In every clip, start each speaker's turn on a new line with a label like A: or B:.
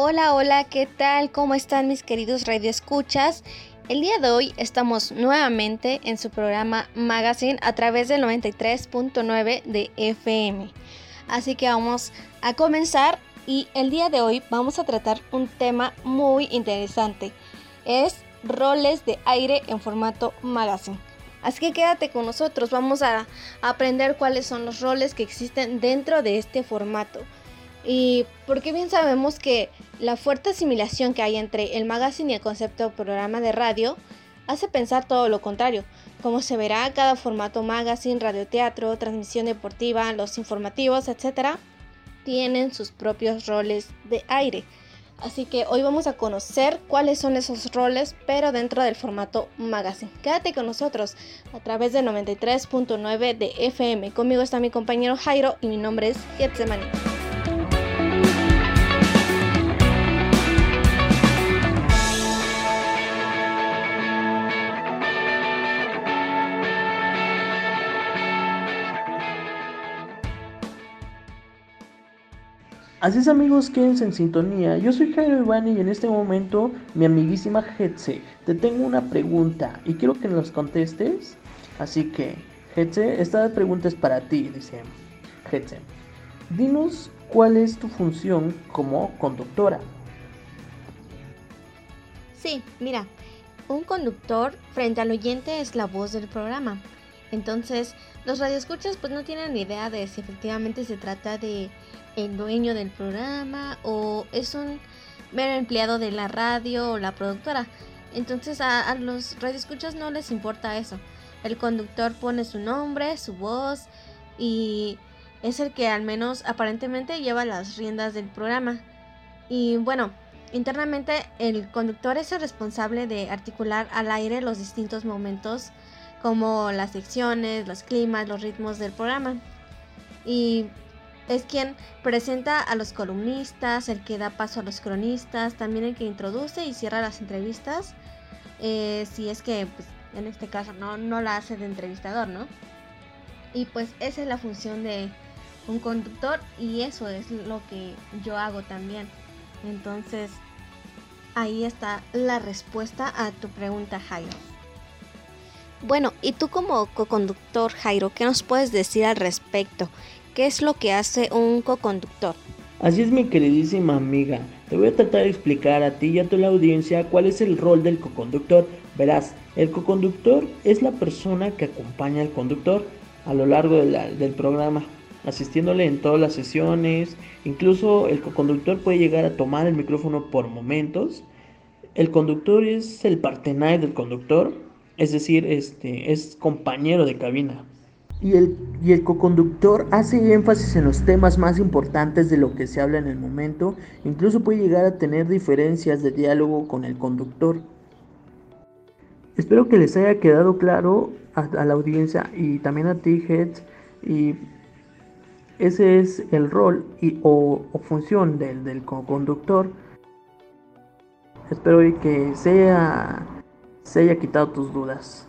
A: Hola, hola, ¿qué tal? ¿Cómo están mis queridos radioescuchas? El día de hoy estamos nuevamente en su programa Magazine a través del 93.9 de FM. Así que vamos a comenzar y el día de hoy vamos a tratar un tema muy interesante. Es roles de aire en formato Magazine. Así que quédate con nosotros, vamos a aprender cuáles son los roles que existen dentro de este formato. Y porque bien sabemos que la fuerte asimilación que hay entre el magazine y el concepto programa de radio hace pensar todo lo contrario. Como se verá, cada formato magazine, radioteatro, transmisión deportiva, los informativos, etc., tienen sus propios roles de aire. Así que hoy vamos a conocer cuáles son esos roles, pero dentro del formato magazine. Quédate con nosotros a través de 93.9 de FM. Conmigo está mi compañero Jairo y mi nombre es Getsemani.
B: Así es, amigos, quédense en sintonía. Yo soy Jairo Ivani y en este momento mi amiguísima Hetze. Te tengo una pregunta y quiero que nos contestes. Así que, Hetze, esta pregunta es para ti, dice Hetze. Dinos cuál es tu función como conductora.
A: Sí, mira, un conductor frente al oyente es la voz del programa. Entonces, los radioescuchas pues no tienen ni idea de si efectivamente se trata de el dueño del programa o es un mero empleado de la radio o la productora. Entonces a los radioescuchas no les importa eso. El conductor pone su nombre, su voz y es el que al menos aparentemente lleva las riendas del programa. Y bueno, internamente el conductor es el responsable de articular al aire los distintos momentos como las secciones, los climas, los ritmos del programa. Y es quien presenta a los columnistas, el que da paso a los cronistas, también el que introduce y cierra las entrevistas, si es que pues, en este caso no la hace de entrevistador, ¿no? Y pues esa es la función de un conductor y eso es lo que yo hago también. Entonces, ahí está la respuesta a tu pregunta, Jairo. Bueno, y tú como coconductor, Jairo, ¿qué nos puedes decir al respecto? ¿Qué es lo que hace un coconductor?
B: Así es, mi queridísima amiga. Te voy a tratar de explicar a ti y a toda la audiencia cuál es el rol del coconductor. Verás, el coconductor es la persona que acompaña al conductor a lo largo del programa, asistiéndole en todas las sesiones. Incluso el coconductor puede llegar a tomar el micrófono por momentos. El conductor es el partenaire del conductor, es decir, es compañero de cabina. Y el coconductor hace énfasis en los temas más importantes de lo que se habla en el momento. Incluso puede llegar a tener diferencias de diálogo con el conductor. Espero que les haya quedado claro a la audiencia y también a ti, Heads. Y ese es el rol o función del coconductor. Espero que se haya quitado tus dudas.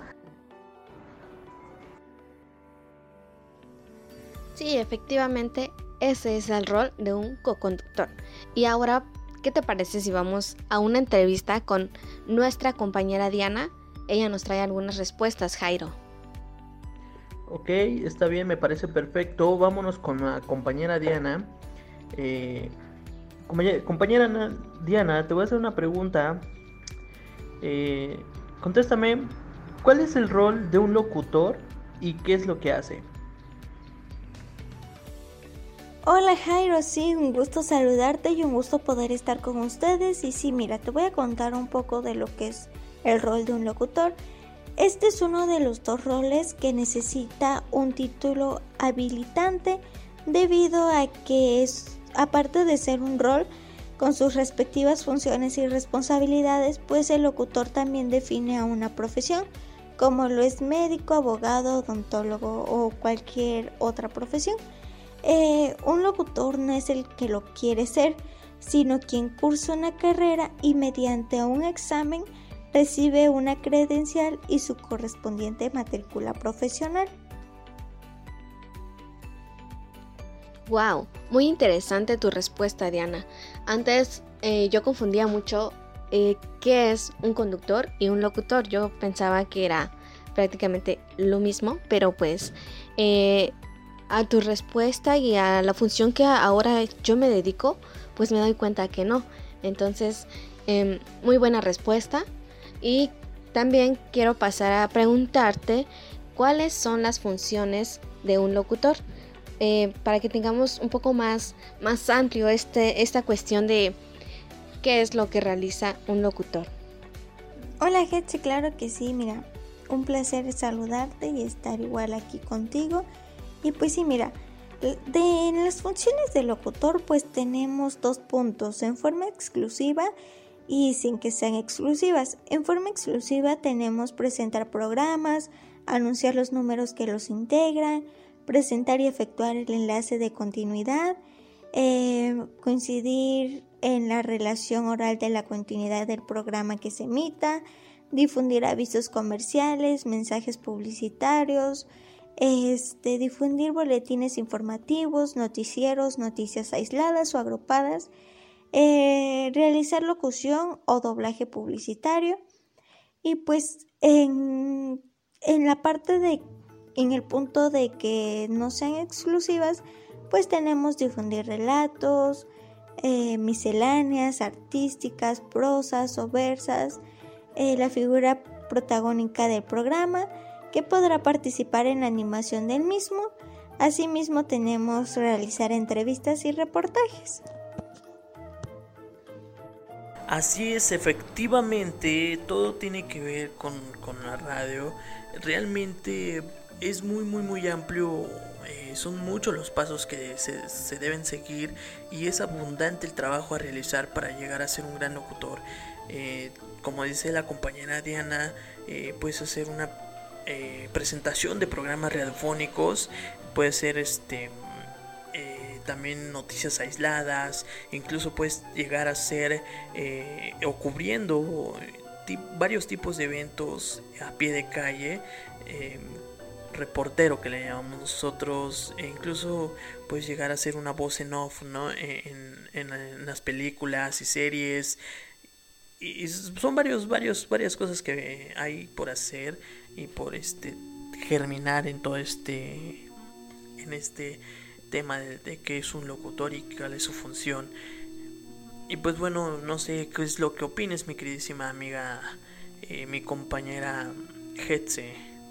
A: Sí, efectivamente, ese es el rol de un coconductor. Y ahora, ¿qué te parece si vamos a una entrevista con nuestra compañera Diana? Ella nos trae algunas respuestas, Jairo.
B: Ok, está bien, me parece perfecto. Vámonos con la compañera Diana. Compañera Diana, te voy a hacer una pregunta. Contéstame, ¿cuál es el rol de un locutor y qué es lo que hace?
C: Hola Jairo, sí, un gusto saludarte y un gusto poder estar con ustedes. Y sí, mira, te voy a contar un poco de lo que es el rol de un locutor. Este es uno de los dos roles que necesita un título habilitante debido a que es, aparte de ser un rol con sus respectivas funciones y responsabilidades, pues el locutor también define a una profesión, como lo es médico, abogado, odontólogo o cualquier otra profesión. Un locutor no es el que lo quiere ser, sino quien cursa una carrera y mediante un examen recibe una credencial y su correspondiente matrícula profesional.
A: Wow, muy interesante tu respuesta, Diana. Antes yo confundía mucho qué es un conductor y un locutor. Yo pensaba que era prácticamente lo mismo, pero pues a tu respuesta y a la función que ahora yo me dedico, pues me doy cuenta que no. Entonces, muy buena respuesta. Y también quiero pasar a preguntarte cuáles son las funciones de un locutor, para que tengamos un poco más amplio esta cuestión de qué es lo que realiza un locutor.
C: Hola, Getsi, claro que sí, mira, un placer saludarte y estar igual aquí contigo. Y pues sí, mira, en las funciones del locutor pues tenemos 2 puntos, en forma exclusiva y sin que sean exclusivas. En forma exclusiva tenemos presentar programas, anunciar los números que los integran, presentar y efectuar el enlace de continuidad, coincidir en la relación oral de la continuidad del programa que se emita, difundir avisos comerciales, mensajes publicitarios, difundir boletines informativos, noticieros, noticias aisladas o agrupadas, realizar locución o doblaje publicitario. Y pues en la parte en el punto de que no sean exclusivas, pues tenemos difundir relatos, misceláneas, artísticas, prosas o versas, la figura protagónica del programa, que podrá participar en la animación del mismo. Asimismo tenemos realizar entrevistas y reportajes.
B: Así es, efectivamente, todo tiene que ver con la radio. Realmente es muy amplio, son muchos los pasos que se deben seguir y es abundante el trabajo a realizar para llegar a ser un gran locutor. Como dice la compañera Diana, puedes hacer una presentación de programas radiofónicos, puede ser también noticias aisladas, incluso puedes llegar a ser o cubriendo varios tipos de eventos a pie de calle, reportero que le llamamos nosotros, e incluso puedes llegar a ser una voz en off, ¿no? en las películas y series, y son varias cosas que hay por hacer y por germinar en todo en este tema de qué es un locutor y cuál es su función. Y pues bueno, no sé qué es lo que opines, mi queridísima amiga, mi compañera Getze.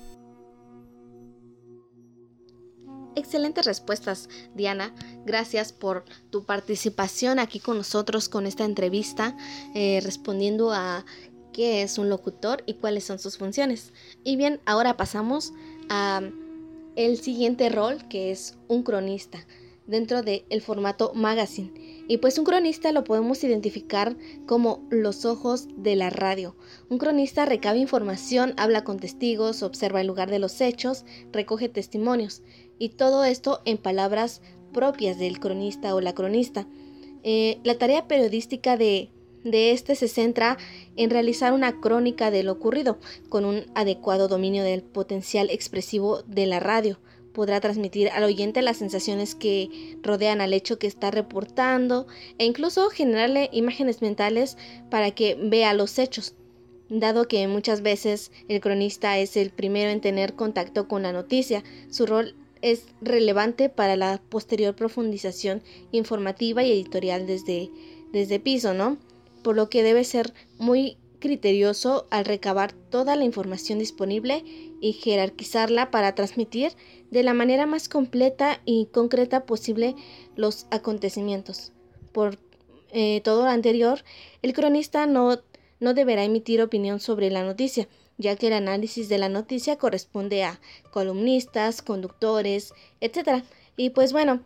A: Excelentes respuestas, Diana. Gracias por tu participación aquí con nosotros con esta entrevista, respondiendo a qué es un locutor y cuáles son sus funciones. Y bien, ahora pasamos a el siguiente rol, que es un cronista dentro del formato magazine. Y pues un cronista lo podemos identificar como los ojos de la radio. Un cronista recaba información, habla con testigos, observa el lugar de los hechos, recoge testimonios, y todo esto en palabras propias del cronista o la cronista. La tarea periodística de se centra en realizar una crónica de lo ocurrido con un adecuado dominio del potencial expresivo de la radio. Podrá transmitir al oyente las sensaciones que rodean al hecho que está reportando e incluso generarle imágenes mentales para que vea los hechos. Dado que muchas veces el cronista es el primero en tener contacto con la noticia, su rol es relevante para la posterior profundización informativa y editorial desde piso, ¿no? Por lo que debe ser muy criterioso al recabar toda la información disponible y jerarquizarla para transmitir de la manera más completa y concreta posible los acontecimientos. Por todo lo anterior, el cronista no deberá emitir opinión sobre la noticia, ya que el análisis de la noticia corresponde a columnistas, conductores, etc. Y pues bueno,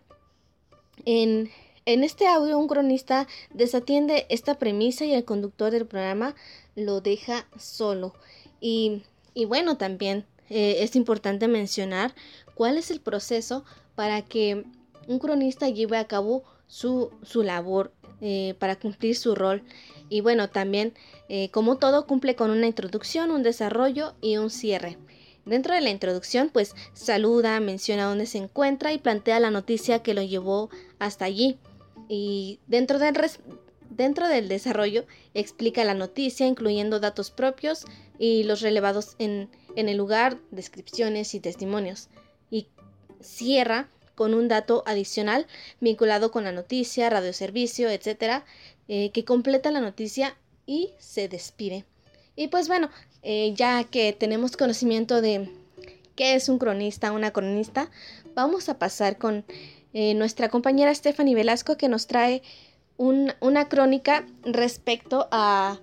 A: en este audio un cronista desatiende esta premisa y el conductor del programa lo deja solo. Y bueno, también es importante mencionar cuál es el proceso para que un cronista lleve a cabo su labor, para cumplir su rol. Y bueno, también como todo cumple con una introducción, un desarrollo y un cierre. Dentro de la introducción pues saluda, menciona dónde se encuentra y plantea la noticia que lo llevó hasta allí. Y dentro dentro del desarrollo explica la noticia, incluyendo datos propios y los relevados en el lugar, descripciones y testimonios. Y cierra con un dato adicional vinculado con la noticia, radioservicio, etcétera, que completa la noticia y se despide. Y pues bueno, ya que tenemos conocimiento de qué es un cronista, una cronista, vamos a pasar con nuestra compañera Stephanie Velasco, que nos trae una crónica respecto a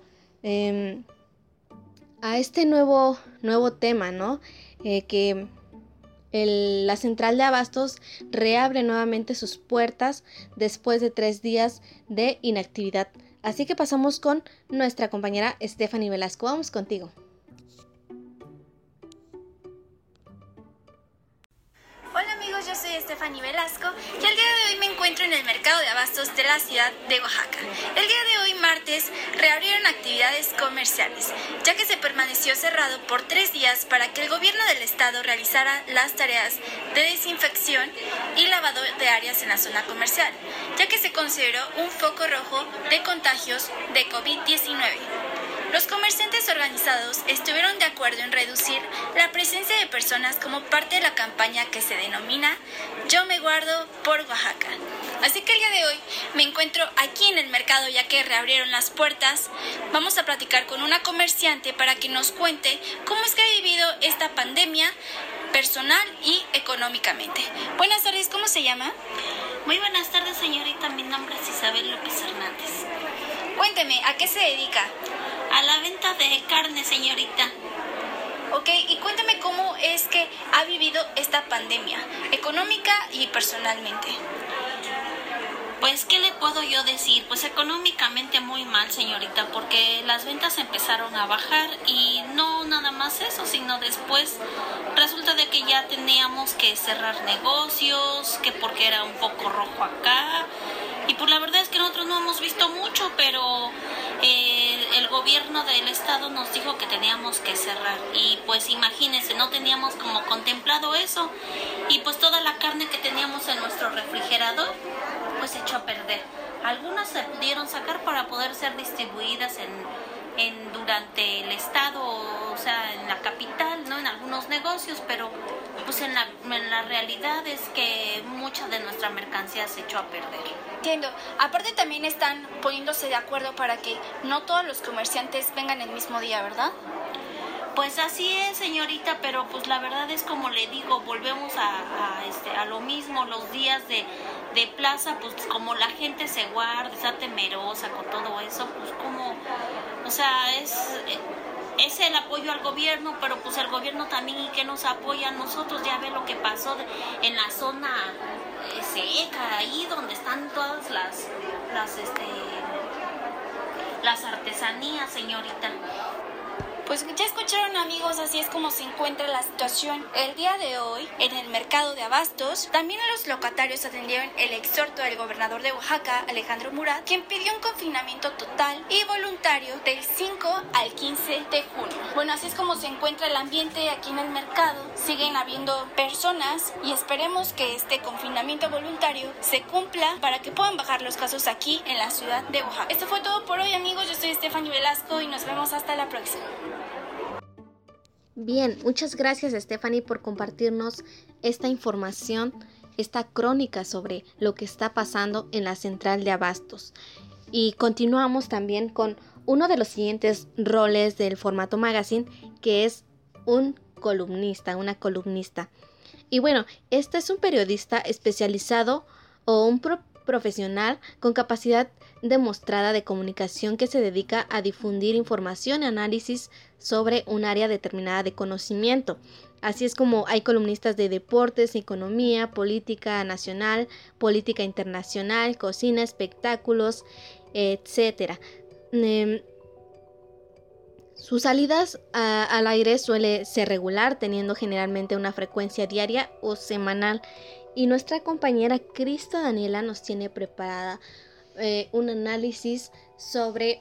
A: este nuevo tema, ¿no? Que la central de abastos reabre nuevamente sus puertas después de 3 días de inactividad. Así que pasamos con nuestra compañera Stephanie Velasco. Vamos contigo.
D: Hola amigos, yo soy Stephanie Velasco y el día de hoy me encuentro en el mercado de abastos de la ciudad de Oaxaca. El día de hoy, martes, reabrieron actividades comerciales, ya que se permaneció cerrado por 3 días para que el gobierno del estado realizara las tareas de desinfección y lavado de áreas en la zona comercial, ya que se consideró un foco rojo de contagios de COVID-19. Los comerciantes organizados estuvieron de acuerdo en reducir la presencia de personas como parte de la campaña que se denomina Yo me guardo por Oaxaca. Así que el día de hoy me encuentro aquí en el mercado ya que reabrieron las puertas. Vamos a platicar con una comerciante para que nos cuente cómo es que ha vivido esta pandemia personal y económicamente. Buenas tardes, ¿cómo se llama?
E: Muy buenas tardes, señorita. Mi nombre es Isabel López Hernández.
D: Cuénteme, ¿a qué se dedica?
E: A la venta de carne, señorita.
D: Ok, y cuéntame cómo es que ha vivido esta pandemia, económica y personalmente.
E: Pues, ¿qué le puedo yo decir? Pues económicamente muy mal, señorita, porque las ventas empezaron a bajar y no nada más eso, sino después resulta de que ya teníamos que cerrar negocios, que porque era un poco rojo acá. Y pues la verdad es que nosotros no hemos visto mucho, pero el gobierno del estado nos dijo que teníamos que cerrar. Y pues imagínense, no teníamos como contemplado eso. Y pues toda la carne que teníamos en nuestro refrigerador, pues se echó a perder. Algunas se pudieron sacar para poder ser distribuidas durante el estado, o sea, en la capital, ¿no? En algunos negocios, pero pues en la realidad es que mucha de nuestra mercancía se echó a perder.
D: Entiendo. Aparte también están poniéndose de acuerdo para que no todos los comerciantes vengan el mismo día, ¿verdad?
E: Pues así es, señorita, pero pues la verdad es como le digo, volvemos a lo mismo, los días de plaza, pues como la gente se guarda, está temerosa con todo eso, pues como, o sea, es el apoyo al gobierno, pero pues el gobierno también y que nos apoya a nosotros, ya ve lo que pasó en la zona seca, ahí donde están todas las artesanías, señorita.
D: Pues ya escucharon, amigos, así es como se encuentra la situación el día de hoy en el mercado de abastos. También a los locatarios atendieron el exhorto del gobernador de Oaxaca, Alejandro Murat, quien pidió un confinamiento total y voluntario del 5 al 15 de junio. Bueno, así es como se encuentra el ambiente aquí en el mercado. Siguen habiendo personas y esperemos que este confinamiento voluntario se cumpla para que puedan bajar los casos aquí en la ciudad de Oaxaca. Esto fue todo por hoy, amigos. Yo soy Stephanie Velasco y nos vemos hasta la próxima.
A: Bien, muchas gracias Stephanie por compartirnos esta información, esta crónica sobre lo que está pasando en la central de abastos. Y continuamos también con uno de los siguientes roles del formato magazine, que es un columnista, una columnista. Y bueno, este es un periodista especializado o un profesional con capacidad demostrada de comunicación que se dedica a difundir información y análisis sobre un área determinada de conocimiento. Así es como hay columnistas de deportes, economía, política nacional, política internacional, cocina, espectáculos, etc. Sus salidas al aire suele ser regular, teniendo generalmente una frecuencia diaria o semanal. Y nuestra compañera Crista Daniela nos tiene preparada un análisis sobre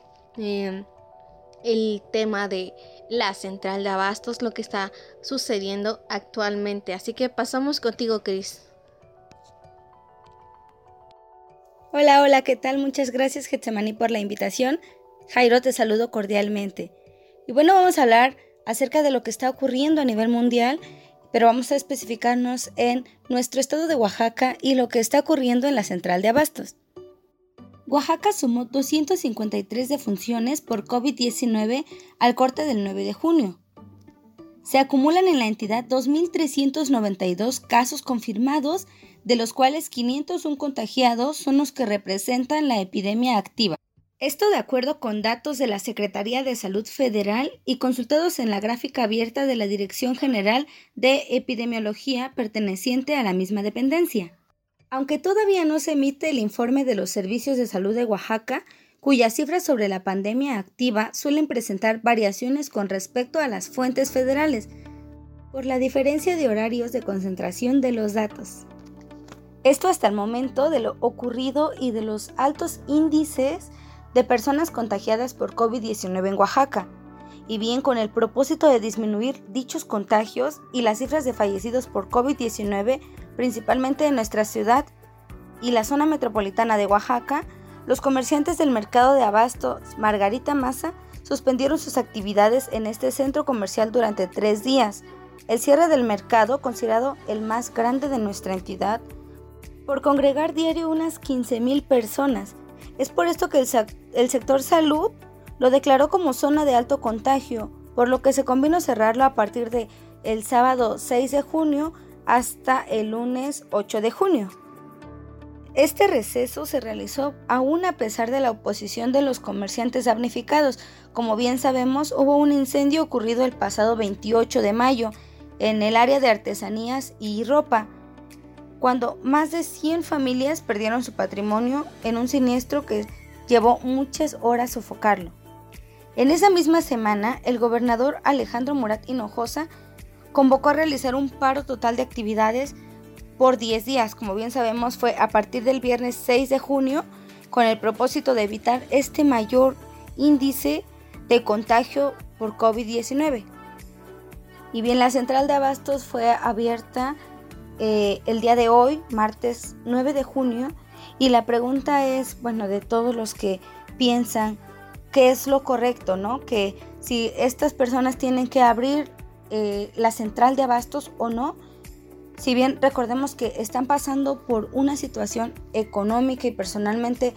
A: el tema de la central de abastos, lo que está sucediendo actualmente. Así que pasamos contigo, Cris.
F: Hola, ¿qué tal? Muchas gracias, Getsemani, por la invitación. Jairo, te saludo cordialmente. Y bueno, vamos a hablar acerca de lo que está ocurriendo a nivel mundial, pero vamos a especificarnos en nuestro estado de Oaxaca y lo que está ocurriendo en la central de abastos. Oaxaca sumó 253 defunciones por COVID-19 al corte del 9 de junio. Se acumulan en la entidad 2.392 casos confirmados, de los cuales 501 contagiados son los que representan la epidemia activa. Esto de acuerdo con datos de la Secretaría de Salud Federal y consultados en la gráfica abierta de la Dirección General de Epidemiología perteneciente a la misma dependencia. Aunque todavía no se emite el informe de los servicios de salud de Oaxaca, cuyas cifras sobre la pandemia activa suelen presentar variaciones con respecto a las fuentes federales, por la diferencia de horarios de concentración de los datos. Esto hasta el momento de lo ocurrido y de los altos índices de personas contagiadas por COVID-19 en Oaxaca, y bien con el propósito de disminuir dichos contagios y las cifras de fallecidos por COVID-19, principalmente en nuestra ciudad y la zona metropolitana de Oaxaca, los comerciantes del mercado de abastos Margarita Maza suspendieron sus actividades en este centro comercial durante 3 días. El cierre del mercado, considerado el más grande de nuestra entidad, por congregar diario unas 15,000 personas. Es por esto que el sector salud lo declaró como zona de alto contagio, por lo que se convino cerrarlo a partir de el sábado 6 de junio hasta el lunes 8 de junio. Este receso se realizó aún a pesar de la oposición de los comerciantes damnificados. Como bien sabemos, hubo un incendio ocurrido el pasado 28 de mayo en el área de artesanías y ropa, cuando más de 100 familias perdieron su patrimonio en un siniestro que llevó muchas horas sofocarlo. En esa misma semana, el gobernador Alejandro Murat Hinojosa convocó a realizar un paro total de actividades por 10 días, como bien sabemos fue a partir del viernes 6 de junio, con el propósito de evitar este mayor índice de contagio por COVID-19. Y bien, la central de abastos fue abierta el día de hoy, martes 9 de junio, y la pregunta es, de todos los que piensan qué es lo correcto, ¿no? Que si estas personas tienen que abrir la central de abastos o no, si bien recordemos que están pasando por una situación económica y personalmente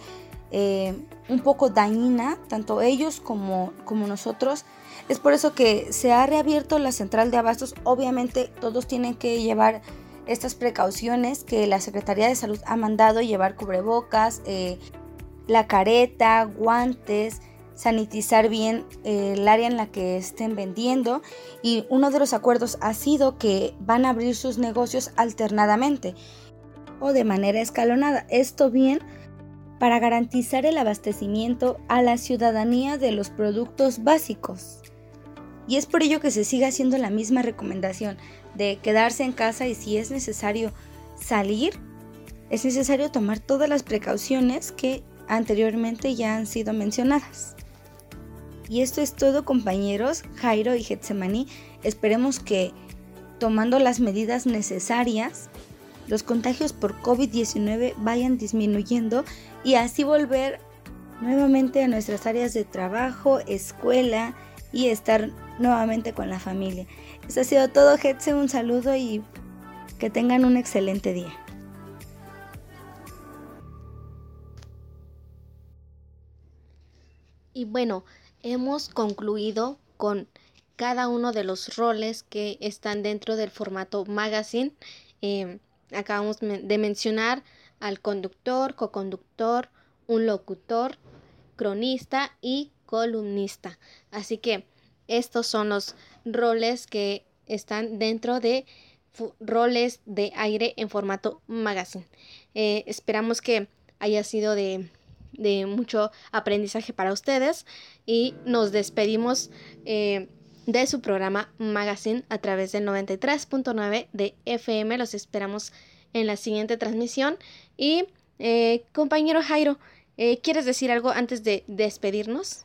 F: un poco dañina, tanto ellos como nosotros. Es por eso que se ha reabierto la central de abastos. Obviamente todos tienen que llevar estas precauciones que la Secretaría de Salud ha mandado, llevar cubrebocas, la careta, guantes, sanitizar bien el área en la que estén vendiendo, y uno de los acuerdos ha sido que van a abrir sus negocios alternadamente o de manera escalonada. Esto bien para garantizar el abastecimiento a la ciudadanía de los productos básicos. Y es por ello que se sigue haciendo la misma recomendación de quedarse en casa, y si es necesario salir, es necesario tomar todas las precauciones que anteriormente ya han sido mencionadas. Y esto es todo, compañeros, Jairo y Getsemani. Esperemos que, tomando las medidas necesarias, los contagios por COVID-19 vayan disminuyendo y así volver nuevamente a nuestras áreas de trabajo, escuela y estar nuevamente con la familia. Eso ha sido todo, Getse, un saludo y que tengan un excelente día.
A: Y bueno, hemos concluido con cada uno de los roles que están dentro del formato magazine. Acabamos de mencionar al conductor, coconductor, un locutor, cronista y columnista. Así que estos son los roles que están dentro de roles de aire en formato magazine. Esperamos que haya sido de mucho aprendizaje para ustedes, y nos despedimos de su programa Magazine a través del 93.9 de FM. Los esperamos en la siguiente transmisión. Y compañero Jairo, ¿quieres decir algo antes de despedirnos?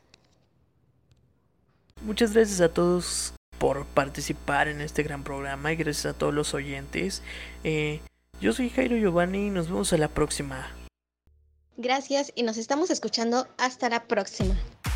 B: Muchas gracias a todos por participar en este gran programa y gracias a todos los oyentes. Yo soy Jairo Giovanni y nos vemos a la próxima.
A: Gracias y nos estamos escuchando hasta la próxima.